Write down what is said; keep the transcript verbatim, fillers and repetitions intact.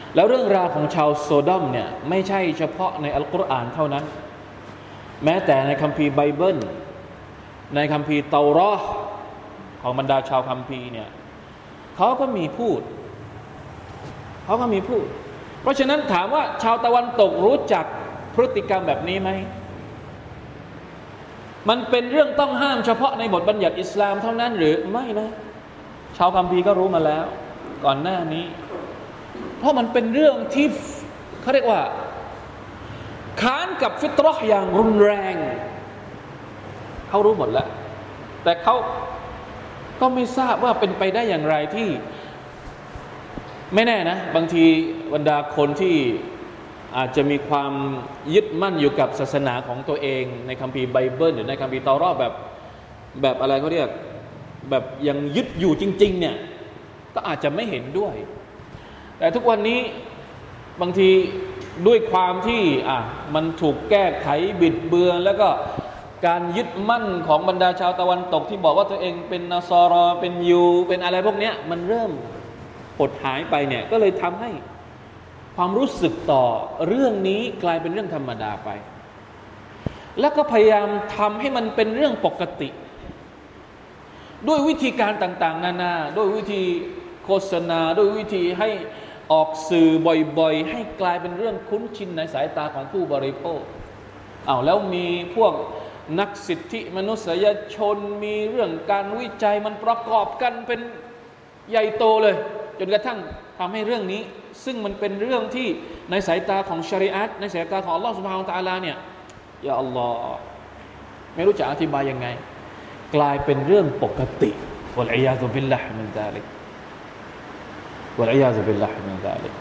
แล้วเรื่องราวของชาวโซดอมเนี่ยไม่ใช่เฉพาะในอัลกุรอานเท่านั้นแม้แต่ในคัมภีร์ไบเบิลในคัมภีร์เตารอห์ของบรรดาชาวคัมภีร์เนี่ยเขาก็มีพูดเขาก็มีพูดเพราะฉะนั้นถามว่าชาวตะวันตกรู้จักพฤติกรรมแบบนี้ไหมมันเป็นเรื่องต้องห้ามเฉพาะในบทบัญญัติอิสลามเท่านั้นหรือไม่นะชาวคัมภีร์ก็รู้มาแล้วก่อนหน้านี้เพราะมันเป็นเรื่องที่เขาเรียกว่าค้านกับฟิตเราะห์อย่างรุนแรงเขารู้หมดแล้วแต่เขาก็ไม่ทราบว่าเป็นไปได้อย่างไรที่ไม่แน่นะบางทีบรรดาคนที่อาจจะมีความยึดมั่นอยู่กับศาสนาของตัวเองในคัมภีร์ไบเบิลหรือในคัมภีร์เตารอห์แบบแบบอะไรเขาเรียกแบบยังยึดอยู่จริงๆเนี่ยก็อาจจะไม่เห็นด้วยแต่ทุกวันนี้บางทีด้วยความที่อ่ะมันถูกแก้ไขบิดเบือนแล้วก็การยึดมั่นของบรรดาชาวตะวันตกที่บอกว่าตัวเองเป็นนัสรอเป็นยูเป็นอะไรพวกนี้มันเริ่มหดหายไปเนี่ยก็เลยทำให้ความรู้สึกต่อเรื่องนี้กลายเป็นเรื่องธรรมดาไปแล้วก็พยายามทำให้มันเป็นเรื่องปกติด้วยวิธีการต่างๆนานาด้วยวิธีโฆษณาด้วยวิธีให้ออกสื่อบ่อยๆให้กลายเป็นเรื่องคุ้นชินในสายตาของผู้บริโภคอ้าวแล้วมีพวกนักสิทธิมนุษยชนมีเรื่องการวิจัยมันประกอบกันเป็นใหญ่โตเลยจนกระทั่งทำให้เรื่องนี้ซึ่งมันเป็นเรื่องที่ในสายตาของชะรีอะห์ในสายตาของอัลลอฮฺซุบฮานะฮูวะตะอาลาเนี่ยยาอัลลอฮฺไม่รู้จะอธิบายยังไงกลายเป็นเรื่องปกติวัลอียาซุบิลลาฮ์มินซาลิกวัลอียาซุบิลลาฮ์มินซาลิก